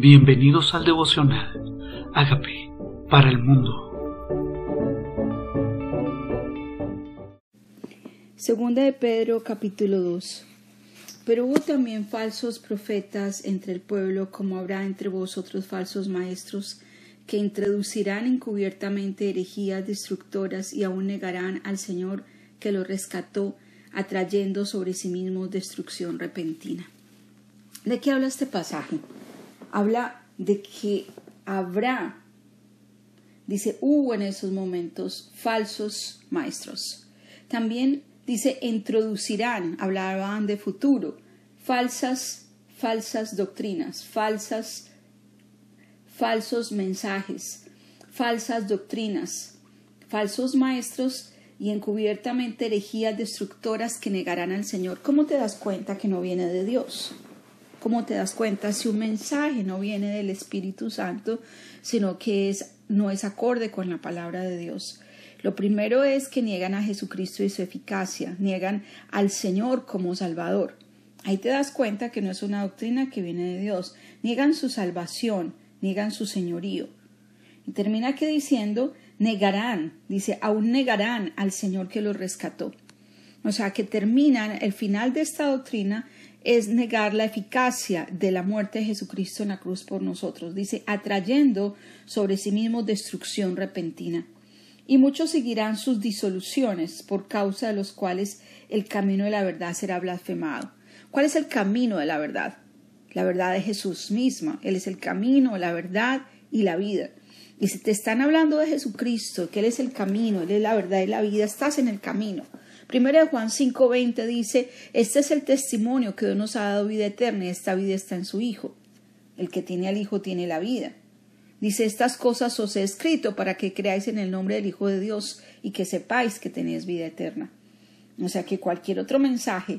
Bienvenidos al devocional Ágape para el mundo. Segunda de Pedro, capítulo 2. Pero hubo también falsos profetas entre el pueblo, como habrá entre vosotros falsos maestros, que introducirán encubiertamente herejías destructoras y aún negarán al Señor que los rescató, atrayendo sobre sí mismos destrucción repentina. ¿De qué habla este pasaje? Habla de que habrá, dice, hubo en esos momentos falsos maestros. También dice, introducirán, hablaban de futuro, falsas doctrinas, falsos mensajes, falsas doctrinas, falsos maestros y encubiertamente herejías destructoras que negarán al Señor. ¿Cómo te das cuenta que no viene de Dios? ¿Cómo te das cuenta si un mensaje no viene del Espíritu Santo, sino que no es acorde con la palabra de Dios? Lo primero es que niegan a Jesucristo y su eficacia, niegan al Señor como Salvador. Ahí te das cuenta que no es una doctrina que viene de Dios. Niegan su salvación, niegan su señorío. Y termina aquí diciendo, negarán, dice, aún negarán al Señor que los rescató. O sea, que terminan, el final de esta doctrina es negar la eficacia de la muerte de Jesucristo en la cruz por nosotros. Dice, atrayendo sobre sí mismos destrucción repentina. Y muchos seguirán sus disoluciones, por causa de los cuales el camino de la verdad será blasfemado. ¿Cuál es el camino de la verdad? La verdad de Jesús misma. Él es el camino, la verdad y la vida. Y si te están hablando de Jesucristo, que Él es el camino, Él es la verdad y la vida, estás en el camino. Primero de Juan 5:20 dice, este es el testimonio que Dios nos ha dado vida eterna y esta vida está en su Hijo. El que tiene al Hijo tiene la vida. Dice, estas cosas os he escrito para que creáis en el nombre del Hijo de Dios y que sepáis que tenéis vida eterna. O sea que cualquier otro mensaje,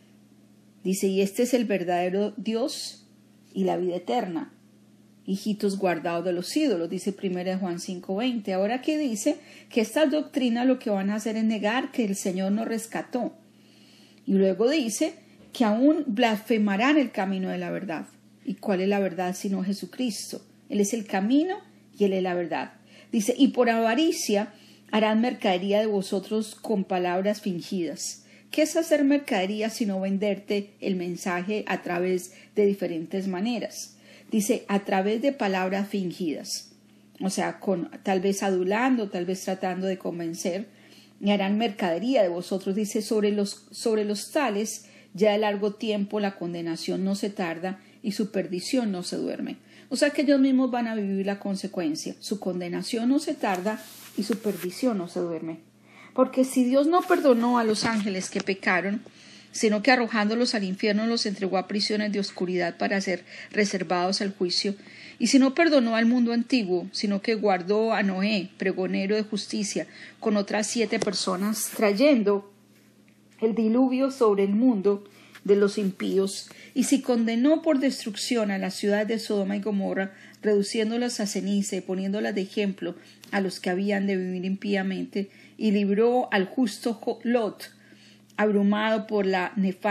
dice, y este es el verdadero Dios y la vida eterna. Hijitos guardados de los ídolos, dice 1 Juan 5:20. Ahora aquí dice que estas doctrinas lo que van a hacer es negar que el Señor nos rescató. Y luego dice que aún blasfemarán el camino de la verdad. ¿Y cuál es la verdad sino Jesucristo? Él es el camino y Él es la verdad. Dice, y por avaricia harán mercadería de vosotros con palabras fingidas. ¿Qué es hacer mercadería sino venderte el mensaje a través de diferentes maneras? Dice, a través de palabras fingidas, o sea, tal vez adulando, tal vez tratando de convencer, y harán mercadería de vosotros. Dice, sobre los tales, ya de largo tiempo la condenación no se tarda y su perdición no se duerme. O sea que ellos mismos van a vivir la consecuencia. Su condenación no se tarda y su perdición no se duerme. Porque si Dios no perdonó a los ángeles que pecaron, sino que arrojándolos al infierno los entregó a prisiones de oscuridad para ser reservados al juicio. Y si no perdonó al mundo antiguo, sino que guardó a Noé, pregonero de justicia, con otras 7 personas, trayendo el diluvio sobre el mundo de los impíos, y si condenó por destrucción a las ciudades de Sodoma y Gomorra, reduciéndolas a ceniza y poniéndolas de ejemplo a los que habían de vivir impíamente, y libró al justo Lot, abrumado por la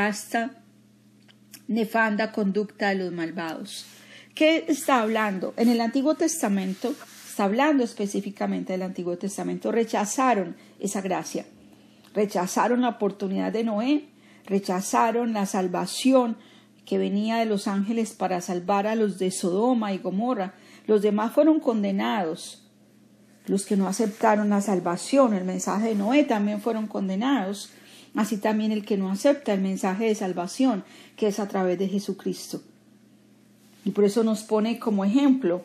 nefanda conducta de los malvados. ¿Qué está hablando? En el Antiguo Testamento, está hablando específicamente del Antiguo Testamento, rechazaron esa gracia, rechazaron la oportunidad de Noé, rechazaron la salvación que venía de los ángeles para salvar a los de Sodoma y Gomorra. Los demás fueron condenados. Los que no aceptaron la salvación, el mensaje de Noé, también fueron condenados. Así también el que no acepta el mensaje de salvación, que es a través de Jesucristo. Y por eso nos pone como ejemplo.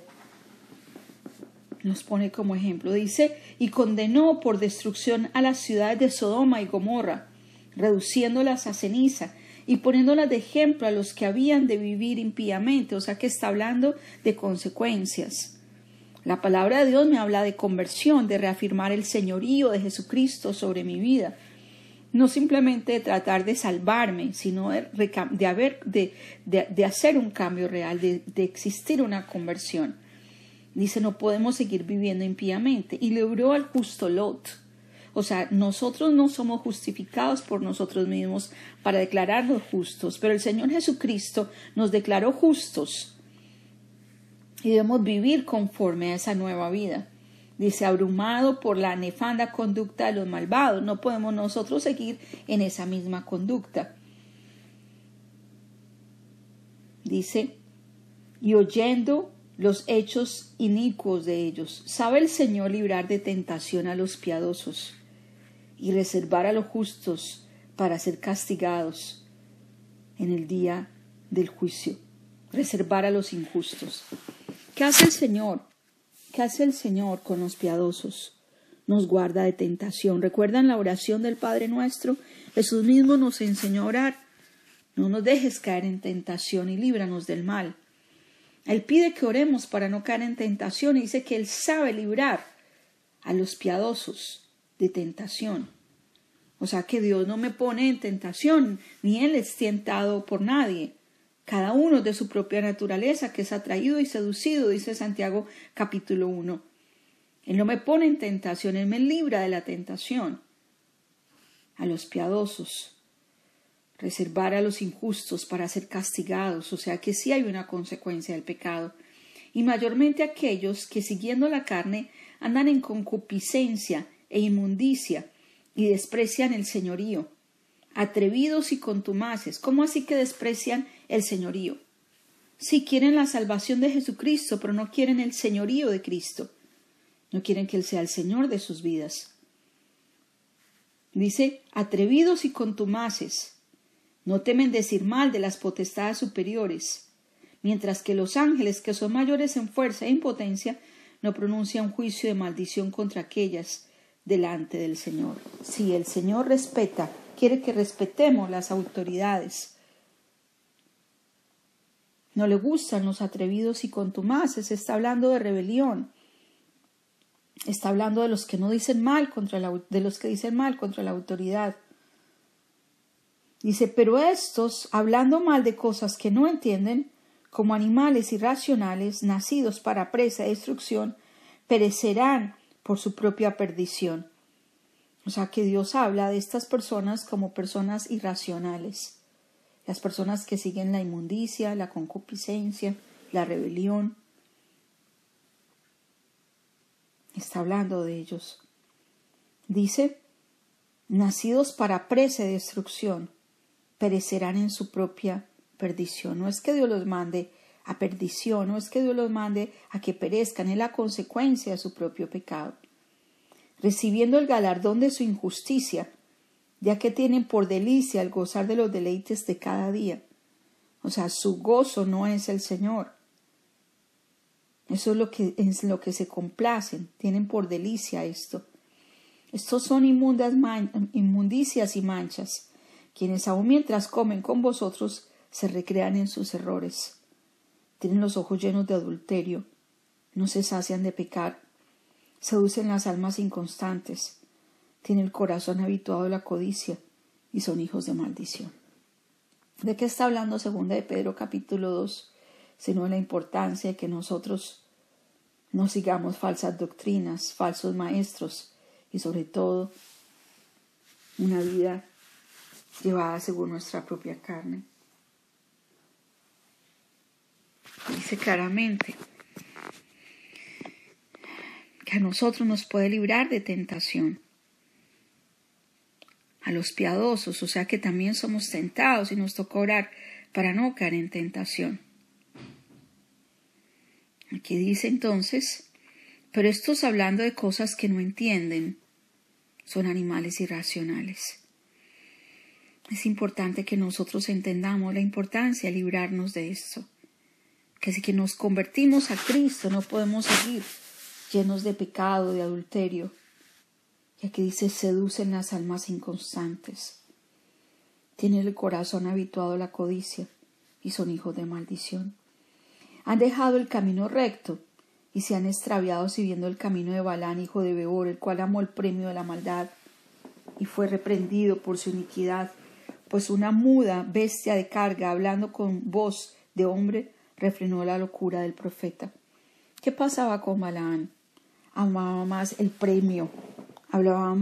Dice, y condenó por destrucción a las ciudades de Sodoma y Gomorra, reduciéndolas a ceniza y poniéndolas de ejemplo a los que habían de vivir impíamente. O sea que está hablando de consecuencias. La palabra de Dios me habla de conversión, de reafirmar el señorío de Jesucristo sobre mi vida. No simplemente de tratar de salvarme, sino de hacer un cambio real, de existir una conversión. Dice, no podemos seguir viviendo impíamente. Y libró al justo Lot. O sea, nosotros no somos justificados por nosotros mismos para declararnos justos, pero el Señor Jesucristo nos declaró justos y debemos vivir conforme a esa nueva vida. Dice, abrumado por la nefanda conducta de los malvados. No podemos nosotros seguir en esa misma conducta. Dice, y oyendo los hechos inicuos de ellos, sabe el Señor librar de tentación a los piadosos y reservar a los justos para ser castigados en el día del juicio. Reservar a los injustos. ¿Qué hace el Señor? ¿Qué hace el Señor con los piadosos? Nos guarda de tentación. ¿Recuerdan la oración del Padre Nuestro? Jesús mismo nos enseñó a orar. No nos dejes caer en tentación y líbranos del mal. Él pide que oremos para no caer en tentación y dice que Él sabe librar a los piadosos de tentación. O sea que Dios no me pone en tentación, ni Él es tentado por nadie. Cada uno de su propia naturaleza, que es atraído y seducido, dice Santiago capítulo 1. Él no me pone en tentación, Él me libra de la tentación. A los piadosos, reservar a los injustos para ser castigados, o sea que sí hay una consecuencia del pecado. Y mayormente aquellos que siguiendo la carne andan en concupiscencia e inmundicia y desprecian el señorío. Atrevidos y contumaces. ¿Cómo así que desprecian el señorío? Sí quieren la salvación de Jesucristo, pero no quieren el señorío de Cristo. No quieren que Él sea el Señor de sus vidas. Dice, atrevidos y contumaces. No temen decir mal de las potestades superiores, mientras que los ángeles, que son mayores en fuerza e impotencia, no pronuncian juicio de maldición contra aquellas delante del Señor. Si el Señor respeta, quiere que respetemos las autoridades. No le gustan los atrevidos y contumaces. Está hablando de rebelión. Está hablando de los que no dicen mal de los que dicen mal contra la autoridad. Dice, pero estos, hablando mal de cosas que no entienden, como animales irracionales, nacidos para presa y destrucción, perecerán por su propia perdición. O sea que Dios habla de estas personas como personas irracionales. Las personas que siguen la inmundicia, la concupiscencia, la rebelión. Está hablando de ellos. Dice, nacidos para presa y destrucción, perecerán en su propia perdición. No es que Dios los mande a perdición, no es que Dios los mande a que perezcan, es la consecuencia de su propio pecado. Recibiendo el galardón de su injusticia, ya que tienen por delicia el gozar de los deleites de cada día. O sea, su gozo no es el Señor. Eso es lo que se complacen, tienen por delicia esto. Estos son inmundicias y manchas, quienes aun mientras comen con vosotros se recrean en sus errores. Tienen los ojos llenos de adulterio, no se sacian de pecar, seducen las almas inconstantes, tienen el corazón habituado a la codicia y son hijos de maldición. ¿De qué está hablando 2 de Pedro capítulo 2? Sino de la importancia de que nosotros no sigamos falsas doctrinas, falsos maestros y sobre todo una vida llevada según nuestra propia carne. Dice claramente que a nosotros nos puede librar de tentación. A los piadosos, o sea que también somos tentados y nos toca orar para no caer en tentación. Aquí dice entonces, pero estos hablando de cosas que no entienden, son animales irracionales. Es importante que nosotros entendamos la importancia de librarnos de esto. Que si que nos convertimos a Cristo no podemos seguir llenos de pecado, de adulterio. Y aquí dice, seducen las almas inconstantes. Tienen el corazón habituado a la codicia y son hijos de maldición. Han dejado el camino recto y se han extraviado siguiendo el camino de Balán, hijo de Beor, el cual amó el premio de la maldad y fue reprendido por su iniquidad, pues una muda bestia de carga, hablando con voz de hombre, refrenó la locura del profeta. ¿Qué pasaba con Balaán? Amaba más el premio, amaba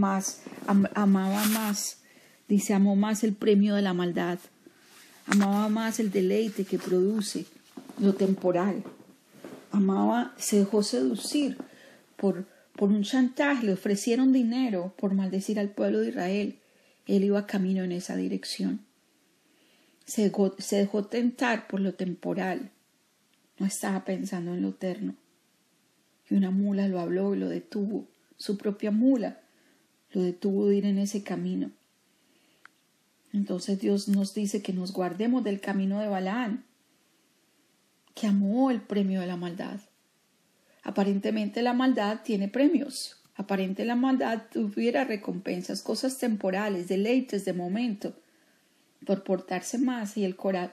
más, dice, amó más el premio de la maldad, amaba más el deleite que produce lo temporal. se dejó seducir por un chantaje, le ofrecieron dinero por maldecir al pueblo de Israel. Él iba camino en esa dirección. Se dejó tentar por lo temporal. No estaba pensando en lo eterno. Y una mula lo habló y lo detuvo. Su propia mula lo detuvo de ir en ese camino. Entonces Dios nos dice que nos guardemos del camino de Balaam, que amó el premio de la maldad. Aparentemente la maldad tiene premios. Aparentemente la maldad tuviera recompensas, cosas temporales, deleites de momento. Por portarse mal y el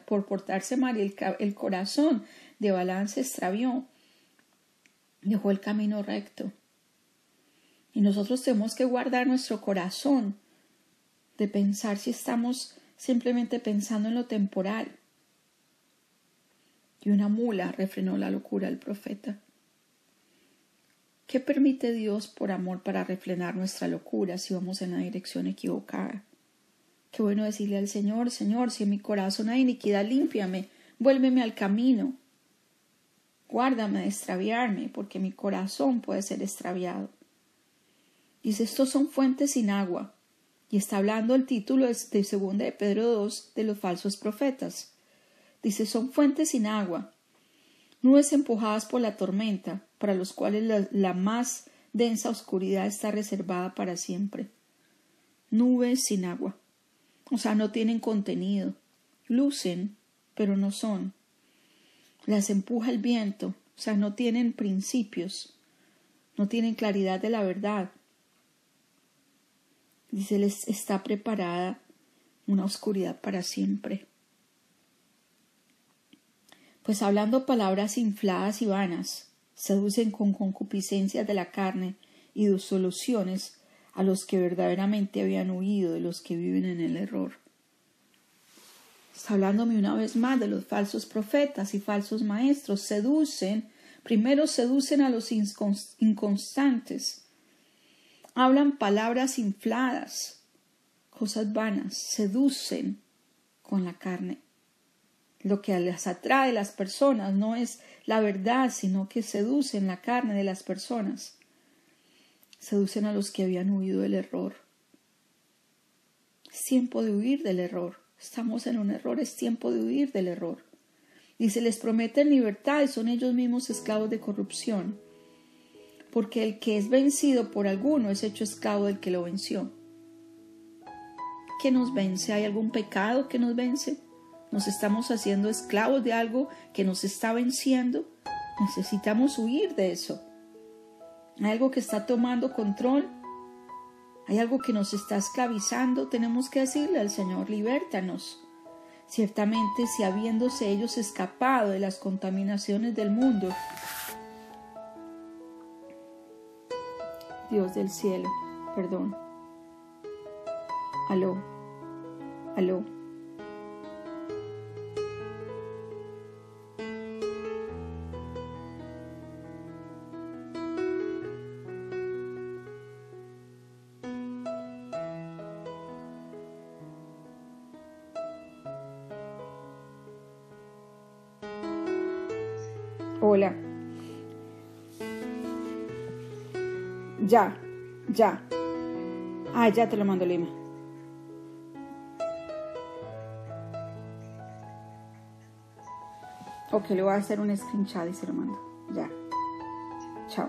corazón de Balaam se extravió. Dejó el camino recto. Y nosotros tenemos que guardar nuestro corazón de pensar si estamos simplemente pensando en lo temporal. Y una mula refrenó la locura del profeta. ¿Qué permite Dios por amor para refrenar nuestra locura si vamos en la dirección equivocada? Qué bueno decirle al Señor: Señor, si en mi corazón hay iniquidad, límpiame, vuélveme al camino. Guárdame de extraviarme, porque mi corazón puede ser extraviado. Dice, estos son fuentes sin agua. Y está hablando el título de 2 de Pedro 2 de los falsos profetas. Dice, son fuentes sin agua, nubes empujadas por la tormenta, para los cuales la más densa oscuridad está reservada para siempre. Nubes sin agua. O sea, no tienen contenido. Lucen, pero no son. Las empuja el viento. O sea, no tienen principios. No tienen claridad de la verdad. Dice, les está preparada una oscuridad para siempre. Pues hablando palabras infladas y vanas, seducen con concupiscencias de la carne y de soluciones a los que verdaderamente habían huido, de los que viven en el error. Está hablándome una vez más de los falsos profetas y falsos maestros. Primero seducen a los inconstantes. Hablan palabras infladas, cosas vanas, seducen con la carne. Lo que les atrae a las personas no es la verdad, sino que seducen la carne de las personas. Seducen a los que habían huido del error. Es tiempo de huir del error. Estamos en un error, es tiempo de huir del error. Dice, les prometen libertad y son ellos mismos esclavos de corrupción. Porque el que es vencido por alguno es hecho esclavo del que lo venció. ¿Qué nos vence? ¿Hay algún pecado que nos vence? ¿Nos estamos haciendo esclavos de algo que nos está venciendo? Necesitamos huir de eso. ¿Hay algo que está tomando control? ¿Hay algo que nos está esclavizando? Tenemos que decirle al Señor, libértanos. Ciertamente, si habiéndose ellos escapado de las contaminaciones del mundo, Dios del cielo, perdón. Aló. Hola. Ya. Ya te lo mando, Lima. Ok, le voy a hacer un screenshot y se lo mando. Ya. Chao.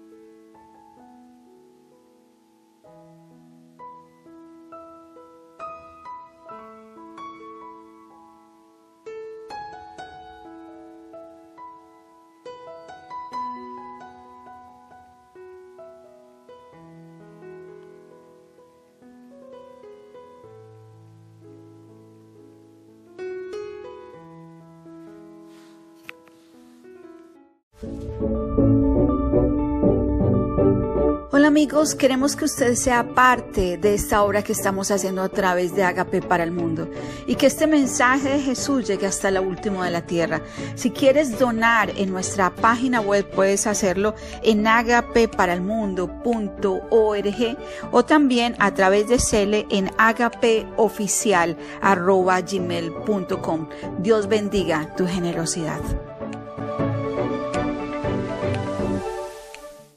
Hola amigos, queremos que usted sea parte de esta obra que estamos haciendo a través de Ágape para el mundo y que este mensaje de Jesús llegue hasta lo último de la tierra. Si quieres donar en nuestra página web, puedes hacerlo en agapeparalmundo.org o también a través de Cele en agapeoficial@gmail.com. Dios bendiga tu generosidad.